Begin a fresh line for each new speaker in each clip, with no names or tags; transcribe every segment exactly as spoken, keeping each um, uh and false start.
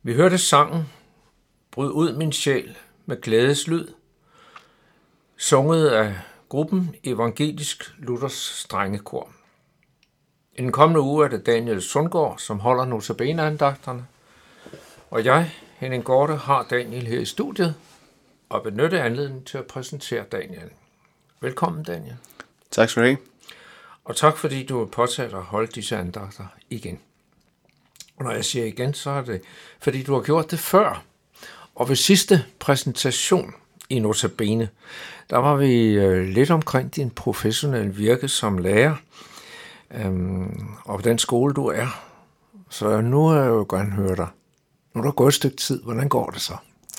Vi hørte sangen Bryd ud min sjæl med glædeslyd, sunget af gruppen Evangelisk Luthers Drengekor. I den kommende uge er det Daniel Sundgaard, som holder notabene-andagterne, og jeg, Henning Gorte, har Daniel her i studiet og benytte anledningen til at præsentere Daniel. Velkommen, Daniel.
Tak skal du have.
Og tak, fordi du har påtaget at holde disse andagter igen. Og når jeg siger igen, så er det, fordi du har gjort det før. Og ved sidste præsentation i Notabene, der var vi øh, lidt omkring din professionelle virke som lærer, øhm, og den skole, du er. Så nu er jeg jo gerne høre dig. Nu er der gået et stykke tid. Hvordan går det så?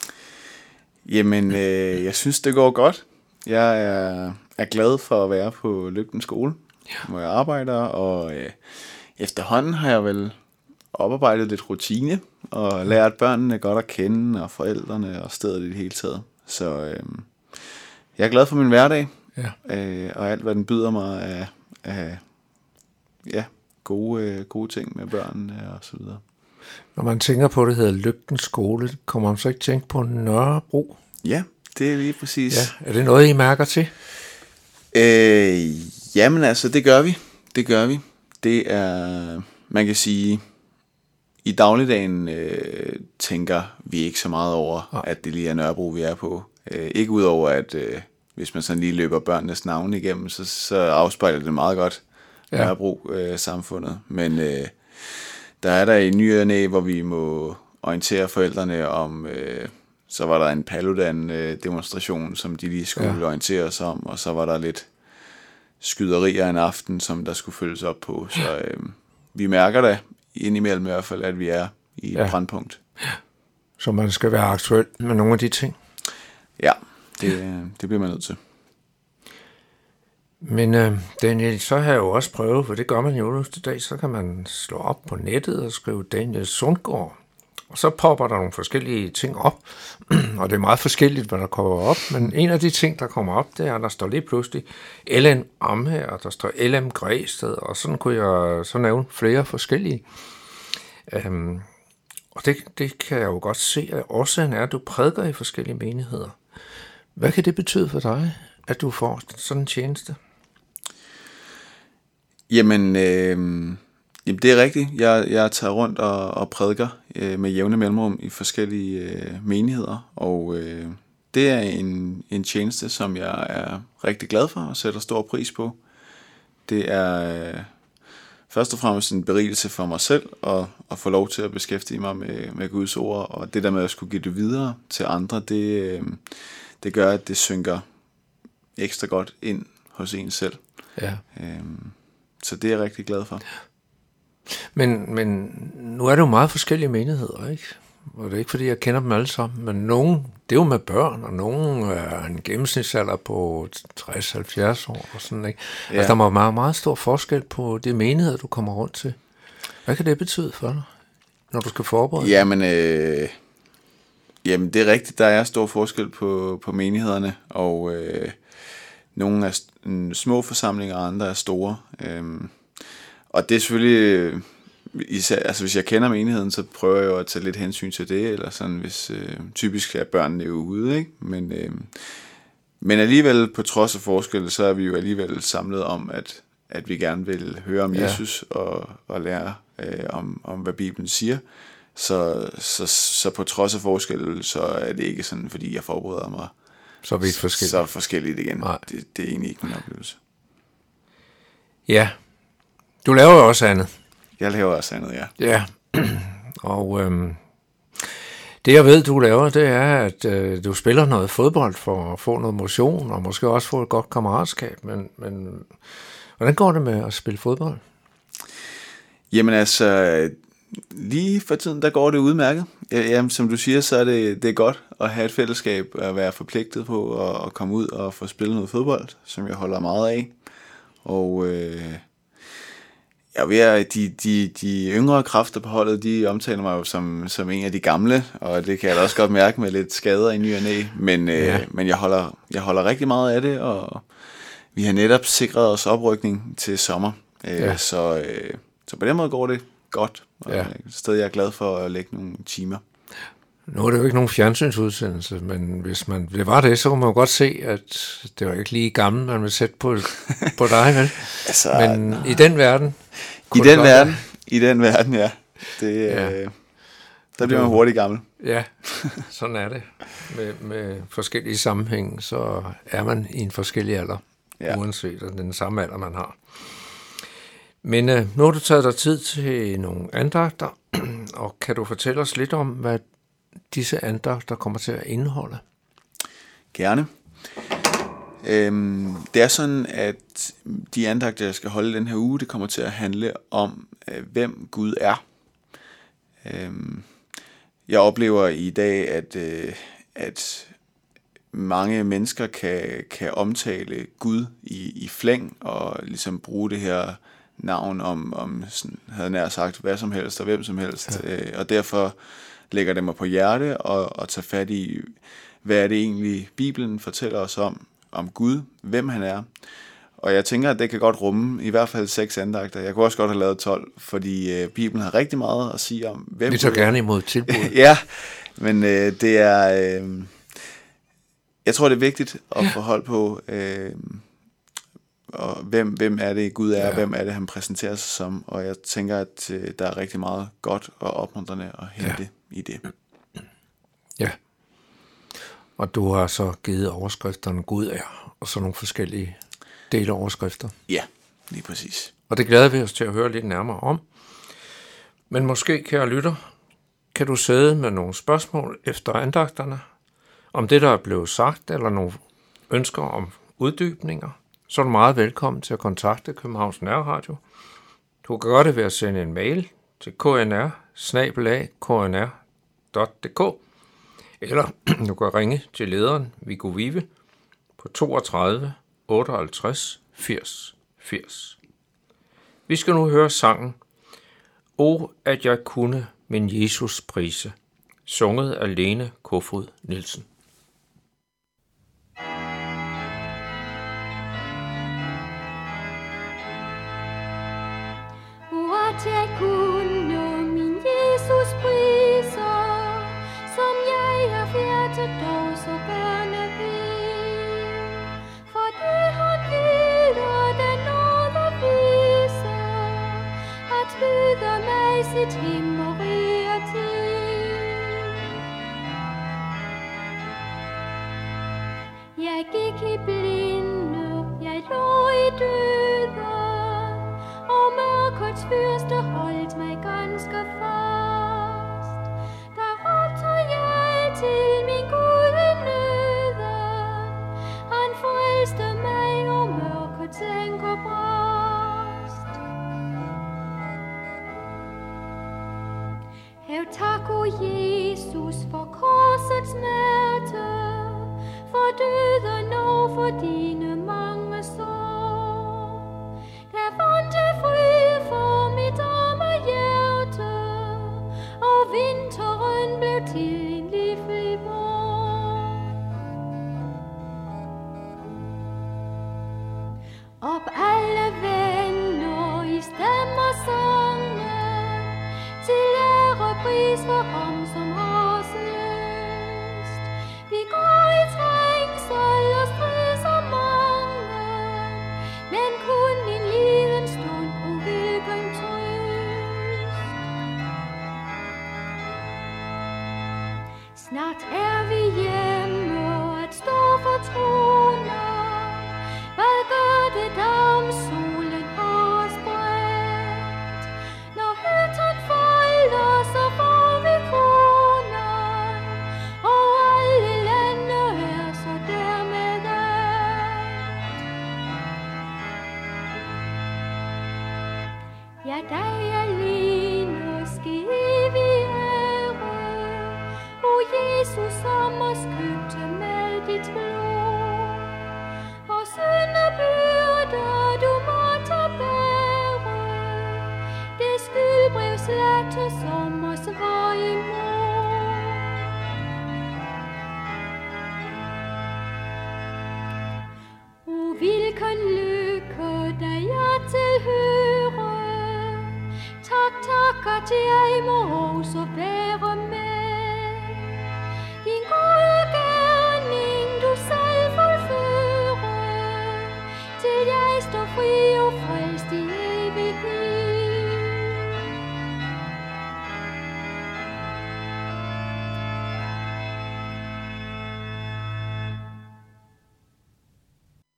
Jamen, øh, jeg synes, det går godt. Jeg er, er glad for at være på Lygten skole, ja. Hvor jeg arbejder, og øh, efterhånden har jeg vel oparbejdet lidt rutine, og lært børnene godt at kende, og forældrene, og stedet i det hele taget. Så øh, jeg er glad for min hverdag, ja. øh, og alt, hvad den byder mig af, af ja, gode, øh, gode ting med børnene, og så videre.
Når man tænker på, at det hedder Lygten skole, kommer man så ikke tænke på Nørrebro?
Ja, det er lige præcis.
Ja. Er det noget, I mærker til?
Øh, jamen altså, det gør vi. Det gør vi. Det er, man kan sige, i dagligdagen øh, tænker vi ikke så meget over, ja. At det lige er Nørrebro, vi er på. Øh, ikke udover, at øh, hvis man sådan lige løber børnenes navne igennem, så, så afspejler det meget godt ja. Nørrebro-samfundet. Øh, Men øh, der er der i ny og næ, hvor vi må orientere forældrene om, øh, så var der en Paludan-demonstration, som de lige skulle ja. Orientere os om, og så var der lidt skyderier en aften, som der skulle følges op på. Så øh, vi mærker da indimellem i hvert fald, at vi er i et ja. Brandpunkt.
Så man skal være aktuel med nogle af de ting?
Ja, det, det bliver man nødt til.
Men øh, Daniel, så har jeg jo også prøvet, for det gør man jo i dag, så kan man slå op på nettet og skrive Daniel Sundgaard, og så popper der nogle forskellige ting op, og det er meget forskelligt, hvad der kommer op, men en af de ting, der kommer op, det er, at der står lige pludselig L M Amher, og der står L M Græsted, og sådan kunne jeg så nævne flere forskellige. Øhm, og det, det kan jeg jo godt se, at årsagen er, at du prædiker i forskellige menigheder. Hvad kan det betyde for dig, at du får sådan en tjeneste?
Jamen, øh, jamen det er rigtigt. Jeg, jeg tager rundt og, og prædiker øh, med jævne mellemrum i forskellige øh, menigheder, og øh, det er en, en tjeneste, som jeg er rigtig glad for og sætter stor pris på. Det er øh, først og fremmest en berigelse for mig selv at, at få lov til at beskæftige mig med, med Guds ord, og det der med at skulle give det videre til andre, det, øh, det gør, at det synker ekstra godt ind hos en selv. Ja. Øhm, så det er jeg rigtig glad for.
Men, men nu er det jo meget forskellige menigheder, ikke? Og det er ikke fordi, jeg kender dem alle sammen, men nogen, det er jo med børn, og nogen er en gennemsnitsalder på tres til halvfjerds år, og sådan, ikke? Ja. Altså, der er meget, meget stor forskel på de menigheder, du kommer rundt til. Hvad kan det betyde for dig, når du skal forberede?
Jamen, øh, jamen det er rigtigt, der er stor forskel på, på menighederne, og øh, nogle er små forsamlinger, og andre er store. Øhm, og det er selvfølgelig, især, altså hvis jeg kender menigheden, så prøver jeg jo at tage lidt hensyn til det, eller sådan, hvis øh, typisk er børnene jo ude, ikke? Men, øh, men alligevel, på trods af forskelle, så er vi jo alligevel samlet om, at, at vi gerne vil høre om Jesus, ja. og, og lære øh, om, om, hvad Bibelen siger. Så, så, så på trods af forskelle, så er det ikke sådan, fordi jeg forbereder mig
Så vidt forskelligt.
Så forskelligt igen. Det, det er egentlig ikke min oplevelse.
Ja. Du laver jo også andet.
Jeg laver også andet, ja.
Ja. Og øhm, det jeg ved, du laver, det er, at øh, du spiller noget fodbold for at få noget motion, og måske også få et godt kammeratskab. Men, men hvordan går det med at spille fodbold?
Jamen altså, lige for tiden, der går det udmærket. Jamen, som du siger, så er det, det er godt at have et fællesskab, at være forpligtet på at, at komme ud og få spillet noget fodbold, som jeg holder meget af. Og øh, ja, ved at de, de, de yngre kræfter på holdet, de omtaler mig jo som, som en af de gamle, og det kan jeg da også godt mærke med lidt skader i ny og næ. Men, øh, ja. men jeg, holder, jeg holder rigtig meget af det, og vi har netop sikret os oprykning til sommer. Øh, ja. så, øh, så på den måde går det godt, og ja. et sted, jeg er glad for at lægge nogle timer.
Nu er det jo ikke nogen fjernsynsudsendelse, men hvis man det var det, så kunne man jo godt se, at det var ikke lige gammel, man vil sætte på, på dig, vel? altså, men i den verden...
I den verden, i den verden, ja. Det, ja. Øh, der bliver man hurtigt gammel.
Ja, sådan er det. Med, med forskellige sammenhænge, så er man i en forskellig alder, ja. Uanset at den samme alder, man har. Men øh, nu har du taget dig tid til nogle andagter, og kan du fortælle os lidt om, hvad disse andagter kommer til at indeholde?
Gerne. Øhm, det er sådan, at de andagter, jeg skal holde den her uge, det kommer til at handle om, øh, hvem Gud er. Øhm, jeg oplever i dag, at, øh, at mange mennesker kan, kan omtale Gud i, i flæng, og ligesom bruge det her navn om, om sådan, havde nær sagt, hvad som helst og hvem som helst. Ja. Øh, og derfor lægger det mig på hjerte og, og tager fat i, hvad er det egentlig, Bibelen fortæller os om, om Gud, hvem han er. Og jeg tænker, at det kan godt rumme i hvert fald seks andagter. Jeg kunne også godt have lavet tolv, fordi øh, Bibelen har rigtig meget at sige om, hvem
Vi tager gerne imod tilbud.
Ja, men øh, det er... Øh, jeg tror, det er vigtigt at få hold på, øh, og hvem, hvem er det Gud er, ja. Hvem er det, han præsenterer sig som. Og jeg tænker, at øh, der er rigtig meget godt og opmuntrende at hente ja. i det.
Ja. Og du har så givet overskrifterne Gud er, og så nogle forskellige deloverskrifter.
Ja, lige præcis.
Og det glæder vi os til at høre lidt nærmere om. Men måske, kære lytter, kan du sidde med nogle spørgsmål efter andagterne, om det, der er blevet sagt, eller nogle ønsker om uddybninger, så er du meget velkommen til at kontakte Københavns Nærradio. Du kan gøre det ved at sende en mail til k n r bindestreg k n r punktum d k, eller du kan ringe til lederen Viggo Vive på toogtredive otteoghalvtreds firs firs. Vi skal nu høre sangen O, at jeg kunne min Jesus prise, sunget af Lene Kofod Nielsen.
At jeg kunne min Jesus prise, som jeg har fjertet dog så gerne vil. Fordi han ville den nåde vise, at byde mig sit himmerige til. Jeg gik i blinde, jeg lå i døden, og mørkets fyrste holdt mig ganske fast. Der råbte jeg til min Gud i nøden, han frelste mig, og mørkets enker brast. Hav tak, o Jesus, for korsets smerte, for døden og for dine mange sår. Der fandt jeg fred for mit arme hjerte, og vinteren blev til en livlig vår. Op alle venner i stemmer sangen, til ære pris for ham, som har os løst. Vi går i trængsel og strid så mange, men kun en liden stund, o hvilken trøst. Snart er vi hjemme at stå for troner. Hvad gør det da, om solen har os brændt? Når hytten folder, så får vi kroner, og alle lande er så dermed alt. Ja, dig alene skal evig ære, o Jesus, som os købte med dit blod. Hvor syndebyrde du måtte bære, det skyldbrev slette, som os var imod. O, hvilken lykke, da jeg tilhører. Tak, tak, at jeg må også være med. stå fri og fred.